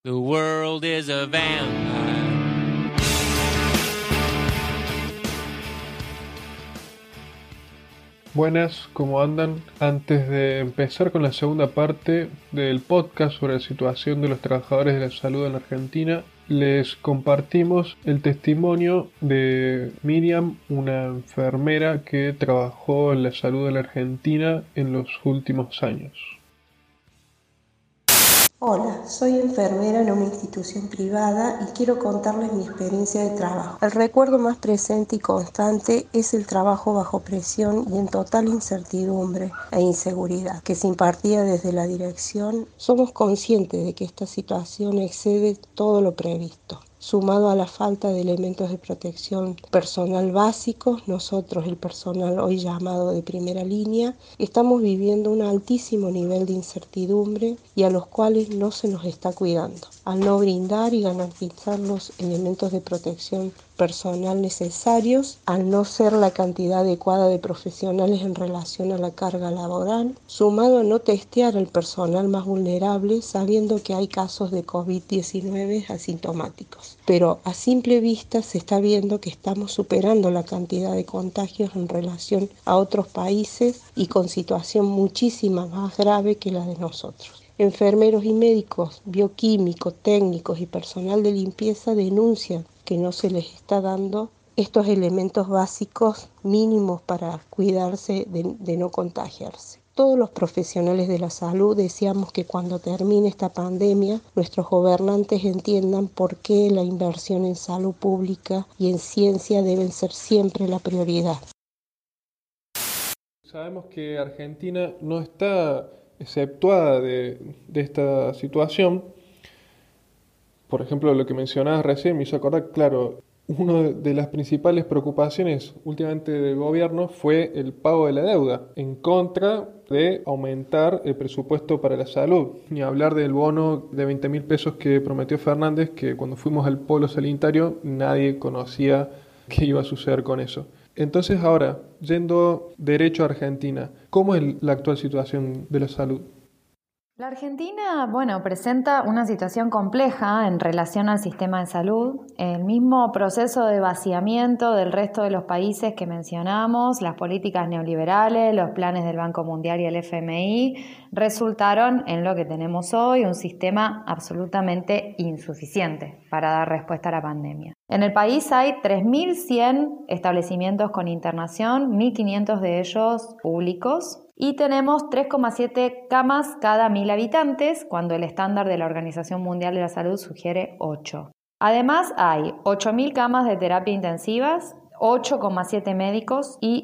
The world is a vampire. Buenas, ¿cómo andan? Antes de empezar con la segunda parte del podcast sobre la situación de los trabajadores de la salud en Argentina, les compartimos el testimonio de Miriam, una enfermera que trabajó en la salud de la Argentina en los últimos años. Hola, soy enfermera en una institución privada y quiero contarles mi experiencia de trabajo. El recuerdo más presente y constante es el trabajo bajo presión y en total incertidumbre e inseguridad que se impartía desde la dirección. Somos conscientes de que esta situación excede todo lo previsto. Sumado a la falta de elementos de protección personal básicos, nosotros, el personal hoy llamado de primera línea, estamos viviendo un altísimo nivel de incertidumbre y a los cuales no se nos está cuidando. Al no brindar y garantizar los elementos de protección personal necesarios, al no ser la cantidad adecuada de profesionales en relación a la carga laboral, sumado a no testear al personal más vulnerable, sabiendo que hay casos de COVID-19 asintomáticos. Pero a simple vista se está viendo que estamos superando la cantidad de contagios en relación a otros países y con situación muchísimo más grave que la de nosotros. Enfermeros y médicos, bioquímicos, técnicos y personal de limpieza denuncian que no se les está dando estos elementos básicos mínimos para cuidarse de no contagiarse. Todos los profesionales de la salud deseamos que cuando termine esta pandemia, nuestros gobernantes entiendan por qué la inversión en salud pública y en ciencia deben ser siempre la prioridad. Sabemos que Argentina no está exceptuada de esta situación. Por ejemplo, lo que mencionabas recién me hizo acordar, claro, una de las principales preocupaciones últimamente del gobierno fue el pago de la deuda, en contra de aumentar el presupuesto para la salud. Ni hablar del bono de 20.000 pesos que prometió Fernández, que cuando fuimos al polo sanitario nadie conocía qué iba a suceder con eso. Entonces ahora, yendo derecho a Argentina, ¿cómo es la actual situación de la salud? La Argentina, presenta una situación compleja en relación al sistema de salud. El mismo proceso de vaciamiento del resto de los países que mencionamos, las políticas neoliberales, los planes del Banco Mundial y el FMI, resultaron en lo que tenemos hoy, un sistema absolutamente insuficiente para dar respuesta a la pandemia. En el país hay 3.100 establecimientos con internación, 1.500 de ellos públicos, y tenemos 3,7 camas cada 1.000 habitantes, cuando el estándar de la Organización Mundial de la Salud sugiere 8. Además, hay 8.000 camas de terapia intensivas, 8,7 médicos y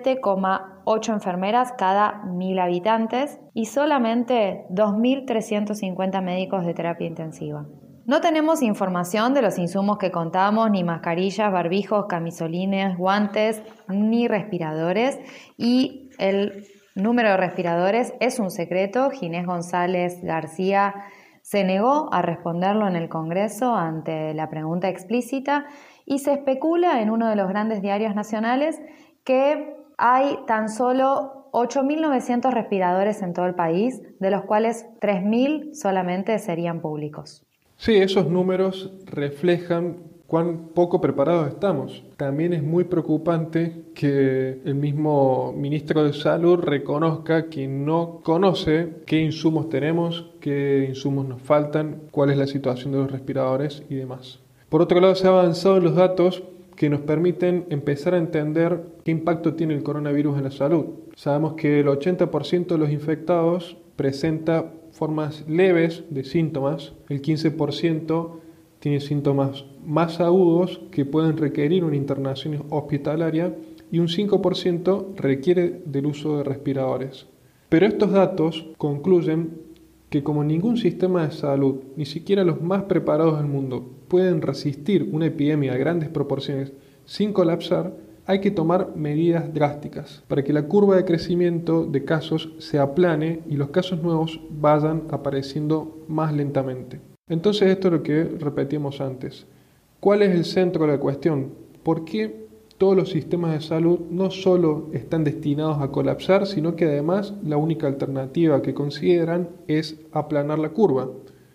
7,8 enfermeras cada 1.000 habitantes y solamente 2.350 médicos de terapia intensiva. No tenemos información de los insumos que contamos, ni mascarillas, barbijos, camisolines, guantes, ni respiradores, y el número de respiradores es un secreto. Ginés González García se negó a responderlo en el Congreso ante la pregunta explícita y se especula en uno de los grandes diarios nacionales que hay tan solo 8.900 respiradores en todo el país, de los cuales 3.000 solamente serían públicos. Sí, esos números reflejan cuán poco preparados estamos. También es muy preocupante que el mismo ministro de Salud reconozca que no conoce qué insumos tenemos, qué insumos nos faltan, cuál es la situación de los respiradores y demás. Por otro lado, se ha avanzado en los datos que nos permiten empezar a entender qué impacto tiene el coronavirus en la salud. Sabemos que el 80% de los infectados presenta formas leves de síntomas, el 15% tiene síntomas más agudos que pueden requerir una internación hospitalaria y un 5% requiere del uso de respiradores. Pero estos datos concluyen que como ningún sistema de salud, ni siquiera los más preparados del mundo, pueden resistir una epidemia a grandes proporciones sin colapsar, hay que tomar medidas drásticas para que la curva de crecimiento de casos se aplane y los casos nuevos vayan apareciendo más lentamente. Entonces esto es lo que repetimos antes. ¿Cuál es el centro de la cuestión? ¿Por qué todos los sistemas de salud no solo están destinados a colapsar, sino que además la única alternativa que consideran es aplanar la curva?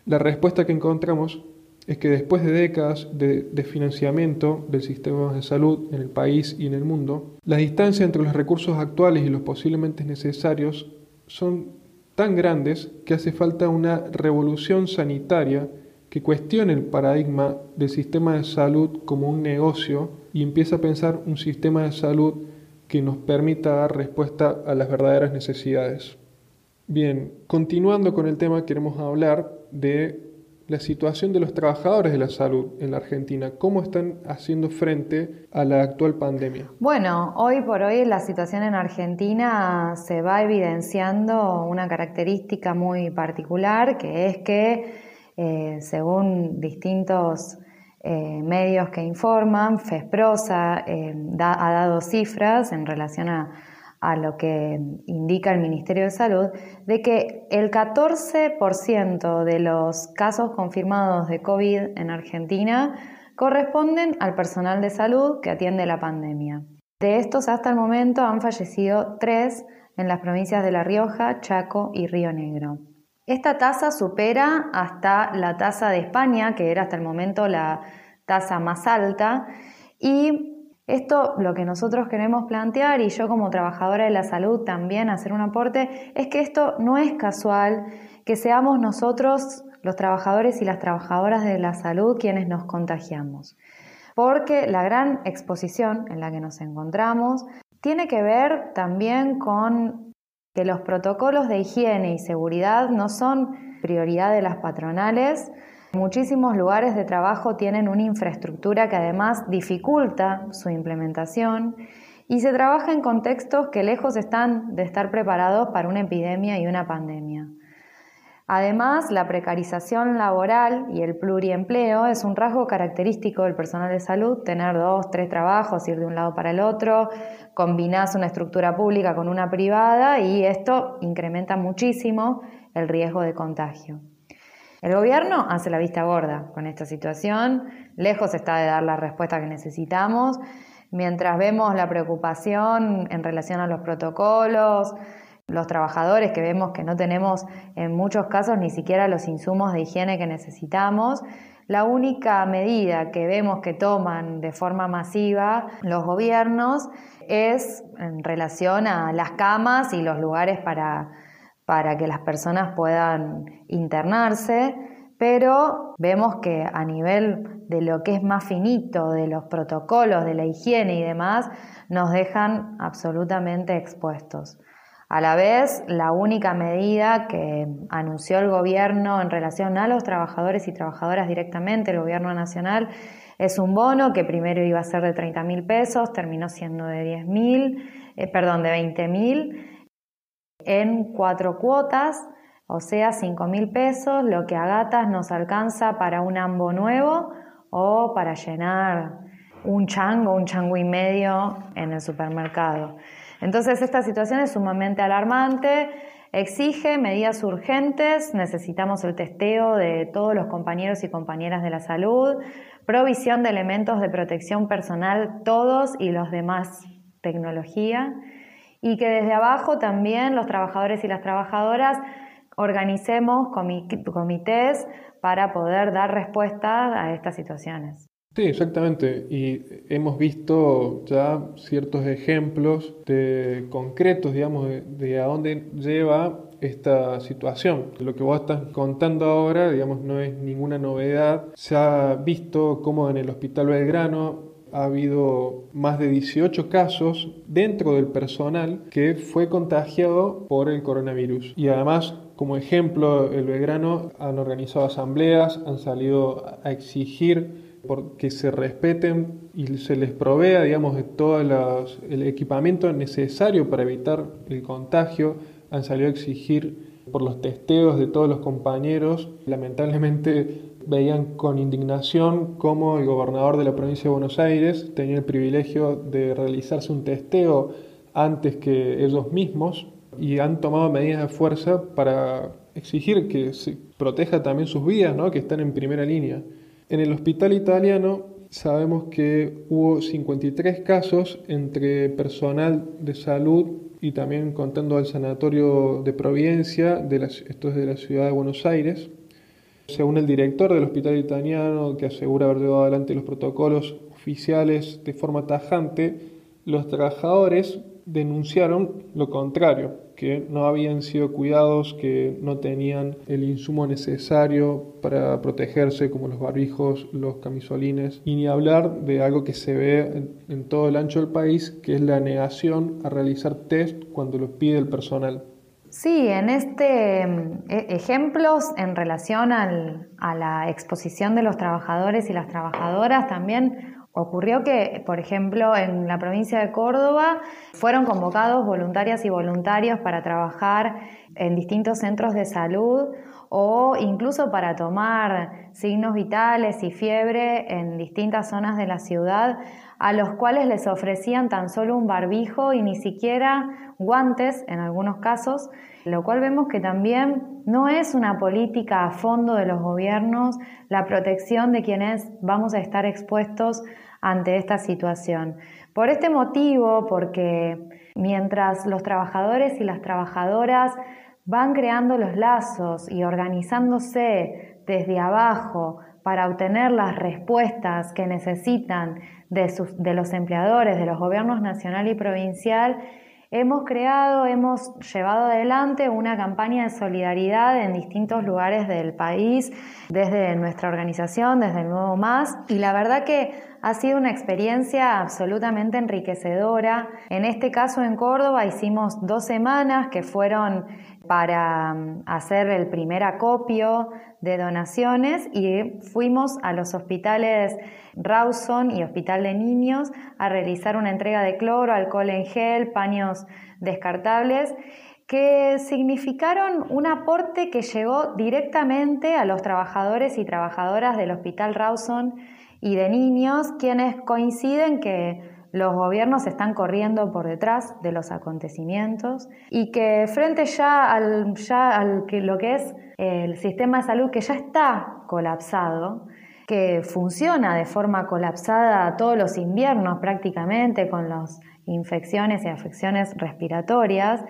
La respuesta que encontramos es que después de décadas de desfinanciamiento del sistema de salud en el país y en el mundo, la distancia entre los recursos actuales y los posiblemente necesarios son tan grandes que hace falta una revolución sanitaria que cuestione el paradigma del sistema de salud como un negocio y empiece a pensar un sistema de salud que nos permita dar respuesta a las verdaderas necesidades. Bien, continuando con el tema, queremos hablar de la situación de los trabajadores de la salud en la Argentina. ¿Cómo están haciendo frente a la actual pandemia? Bueno, hoy por hoy la situación en Argentina se va evidenciando una característica muy particular, que es que según distintos medios que informan, FESPROSA ha dado cifras en relación a lo que indica el Ministerio de Salud, de que el 14% de los casos confirmados de COVID en Argentina corresponden al personal de salud que atiende la pandemia. De estos, hasta el momento, han fallecido 3 en las provincias de La Rioja, Chaco y Río Negro. Esta tasa supera hasta la tasa de España, que era hasta el momento la tasa más alta, y esto lo que nosotros queremos plantear, y yo como trabajadora de la salud también hacer un aporte, es que esto no es casual, que seamos nosotros los trabajadores y las trabajadoras de la salud quienes nos contagiamos. Porque la gran exposición en la que nos encontramos tiene que ver también con que los protocolos de higiene y seguridad no son prioridad de las patronales. Muchísimos lugares de trabajo tienen una infraestructura que además dificulta su implementación y se trabaja en contextos que lejos están de estar preparados para una epidemia y una pandemia. Además, la precarización laboral y el pluriempleo es un rasgo característico del personal de salud, tener 2, 3 trabajos, ir de un lado para el otro, combinás una estructura pública con una privada y esto incrementa muchísimo el riesgo de contagio. El gobierno hace la vista gorda con esta situación, lejos está de dar la respuesta que necesitamos, mientras vemos la preocupación en relación a los protocolos, los trabajadores que vemos que no tenemos en muchos casos ni siquiera los insumos de higiene que necesitamos. La única medida que vemos que toman de forma masiva los gobiernos es en relación a las camas y los lugares para que las personas puedan internarse, pero vemos que a nivel de lo que es más finito, de los protocolos, de la higiene y demás, nos dejan absolutamente expuestos. A la vez, la única medida que anunció el gobierno en relación a los trabajadores y trabajadoras directamente, el gobierno nacional, es un bono que primero iba a ser de 30.000 pesos, terminó siendo de 20.000 en 4 cuotas, o sea, 5.000 pesos, lo que a gatas nos alcanza para un ambo nuevo o para llenar un chango y medio en el supermercado. Entonces esta situación es sumamente alarmante, exige medidas urgentes, necesitamos el testeo de todos los compañeros y compañeras de la salud, provisión de elementos de protección personal, todos y los demás tecnología, y que desde abajo también los trabajadores y las trabajadoras organicemos comités para poder dar respuesta a estas situaciones. Sí, exactamente. Y hemos visto ya ciertos ejemplos concretos, digamos, de a dónde lleva esta situación. Lo que vos estás contando ahora, digamos, no es ninguna novedad. Se ha visto cómo en el Hospital Belgrano ha habido más de 18 casos dentro del personal que fue contagiado por el coronavirus. Y además, como ejemplo, el Belgrano han organizado asambleas, han salido a exigir porque se respeten y se les provea, digamos, de todo el equipamiento necesario para evitar el contagio. Han salido a exigir por los testeos de todos los compañeros. Lamentablemente veían con indignación cómo el gobernador de la provincia de Buenos Aires tenía el privilegio de realizarse un testeo antes que ellos mismos y han tomado medidas de fuerza para exigir que se proteja también sus vidas, ¿no?, que están en primera línea. En el hospital italiano sabemos que hubo 53 casos entre personal de salud y también contando al sanatorio de Providencia, esto es de la ciudad de Buenos Aires. Según el director del Hospital Italiano, que asegura haber llevado adelante los protocolos oficiales de forma tajante, los trabajadores denunciaron lo contrario, que no habían sido cuidados, que no tenían el insumo necesario para protegerse, como los barbijos, los camisolines, y ni hablar de algo que se ve en todo el ancho del país, que es la negación a realizar test cuando los pide el personal. Sí, en ejemplos en relación a la exposición de los trabajadores y las trabajadoras también ocurrió que, por ejemplo, en la provincia de Córdoba fueron convocados voluntarias y voluntarios para trabajar en distintos centros de salud o incluso para tomar signos vitales y fiebre en distintas zonas de la ciudad, a los cuales les ofrecían tan solo un barbijo y ni siquiera guantes en algunos casos, lo cual vemos que también no es una política a fondo de los gobiernos la protección de quienes vamos a estar expuestos ante esta situación. Por este motivo, porque mientras los trabajadores y las trabajadoras van creando los lazos y organizándose desde abajo para obtener las respuestas que necesitan de los empleadores, de los gobiernos nacional y provincial, hemos llevado adelante una campaña de solidaridad en distintos lugares del país, desde nuestra organización, desde el Nuevo Más, y la verdad que ha sido una experiencia absolutamente enriquecedora. En este caso en Córdoba hicimos 2 semanas que fueron para hacer el primer acopio de donaciones y fuimos a los hospitales Rawson y Hospital de Niños a realizar una entrega de cloro, alcohol en gel, paños descartables que significaron un aporte que llegó directamente a los trabajadores y trabajadoras del Hospital Rawson y de Niños, quienes coinciden que los gobiernos están corriendo por detrás de los acontecimientos y que frente lo que es el sistema de salud que ya está colapsado, que funciona de forma colapsada todos los inviernos prácticamente con las infecciones y afecciones respiratorias,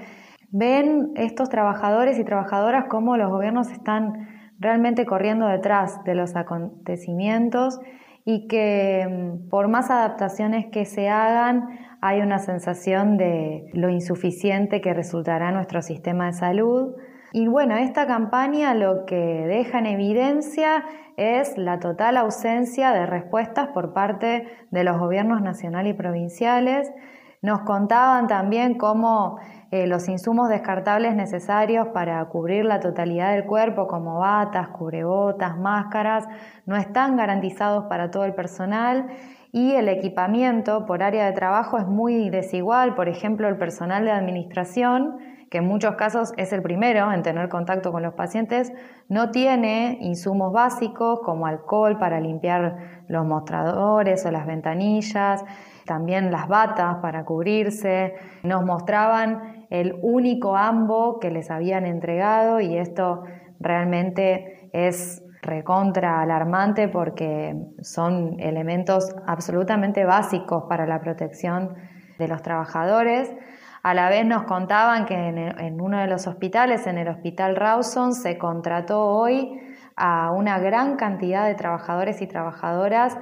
ven estos trabajadores y trabajadoras cómo los gobiernos están realmente corriendo detrás de los acontecimientos y que por más adaptaciones que se hagan, hay una sensación de lo insuficiente que resultará nuestro sistema de salud. Y bueno, esta campaña lo que deja en evidencia es la total ausencia de respuestas por parte de los gobiernos nacional y provinciales. Nos contaban también cómo los insumos descartables necesarios para cubrir la totalidad del cuerpo, como batas, cubrebotas, máscaras, no están garantizados para todo el personal y el equipamiento por área de trabajo es muy desigual. Por ejemplo, el personal de administración, que en muchos casos es el primero en tener contacto con los pacientes, no tiene insumos básicos como alcohol para limpiar los mostradores o las ventanillas, también las batas para cubrirse. Nos mostraban el único ambo que les habían entregado y esto realmente es recontra alarmante porque son elementos absolutamente básicos para la protección de los trabajadores. A la vez nos contaban que en uno de los hospitales, en el Hospital Rawson, se contrató hoy a una gran cantidad de trabajadores y trabajadoras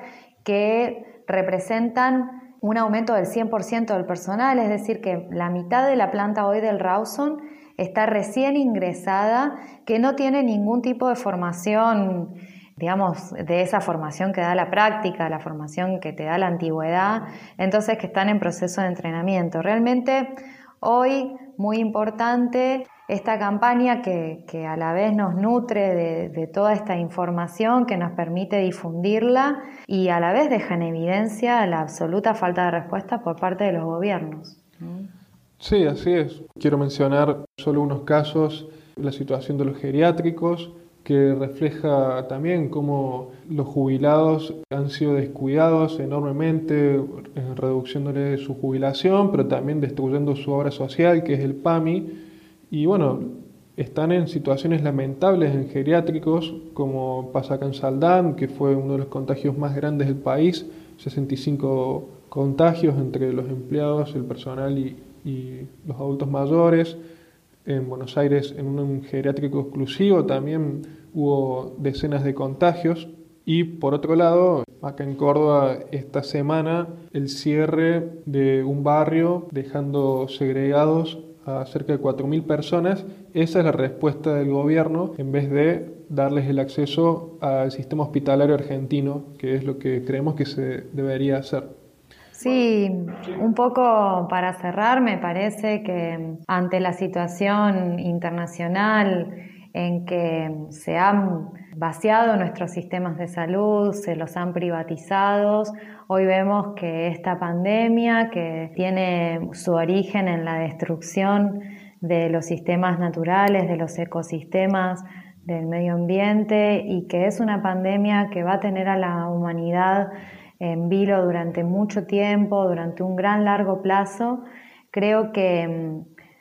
que representan un aumento del 100% del personal, es decir, que la mitad de la planta hoy del Rawson está recién ingresada, que no tiene ningún tipo de formación, digamos, de esa formación que da la práctica, la formación que te da la antigüedad, entonces que están en proceso de entrenamiento. Realmente hoy muy importante esta campaña que a la vez nos nutre de toda esta información que nos permite difundirla y a la vez deja en evidencia la absoluta falta de respuesta por parte de los gobiernos. Sí, así es. Quiero mencionar solo unos casos, la situación de los geriátricos, que refleja también cómo los jubilados han sido descuidados enormemente, reduciéndole su jubilación, pero también destruyendo su obra social, que es el PAMI. Y bueno, están en situaciones lamentables en geriátricos, como pasa acá en Saldán, que fue uno de los contagios más grandes del país, 65 contagios entre los empleados, el personal y los adultos mayores. En Buenos Aires, en un geriátrico exclusivo, también hubo decenas de contagios. Y por otro lado, acá en Córdoba esta semana el cierre de un barrio dejando segregados a cerca de 4.000 personas. Esa es la respuesta del gobierno en vez de darles el acceso al sistema hospitalario argentino, que es lo que creemos que se debería hacer. Sí, un poco para cerrar, me parece que ante la situación internacional en que se han vaciado nuestros sistemas de salud, se los han privatizado, hoy vemos que esta pandemia, que tiene su origen en la destrucción de los sistemas naturales, de los ecosistemas, del medio ambiente, y que es una pandemia que va a tener a la humanidad en vilo durante mucho tiempo, durante un gran largo plazo. Creo que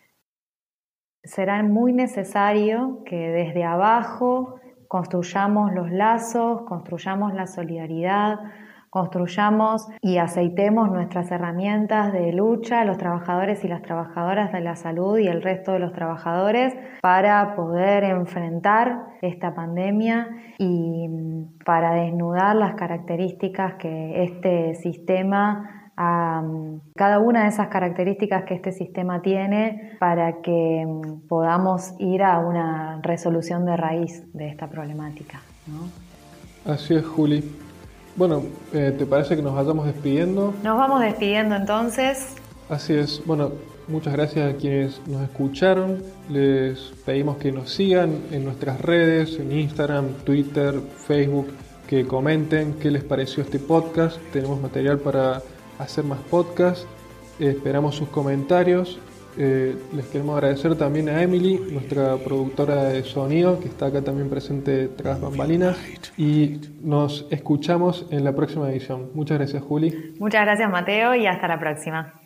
será muy necesario que desde abajo construyamos los lazos, construyamos la solidaridad, construyamos y aceitemos nuestras herramientas de lucha, los trabajadores y las trabajadoras de la salud y el resto de los trabajadores, para poder enfrentar esta pandemia y para desnudar las características que este sistema, cada una de esas características que este sistema tiene, para que podamos ir a una resolución de raíz de esta problemática, ¿no? Así es, Juli. Bueno, ¿te parece que nos vayamos despidiendo? Nos vamos despidiendo entonces. Así es. Bueno, muchas gracias a quienes nos escucharon. Les pedimos que nos sigan en nuestras redes, en Instagram, Twitter, Facebook, que comenten qué les pareció este podcast. Tenemos material para hacer más podcasts. Esperamos sus comentarios. Les queremos agradecer también a Emily, nuestra productora de sonido, que está acá también presente tras bambalinas, y nos escuchamos en la próxima edición. Muchas gracias, Juli. Muchas gracias, Mateo, y hasta la próxima.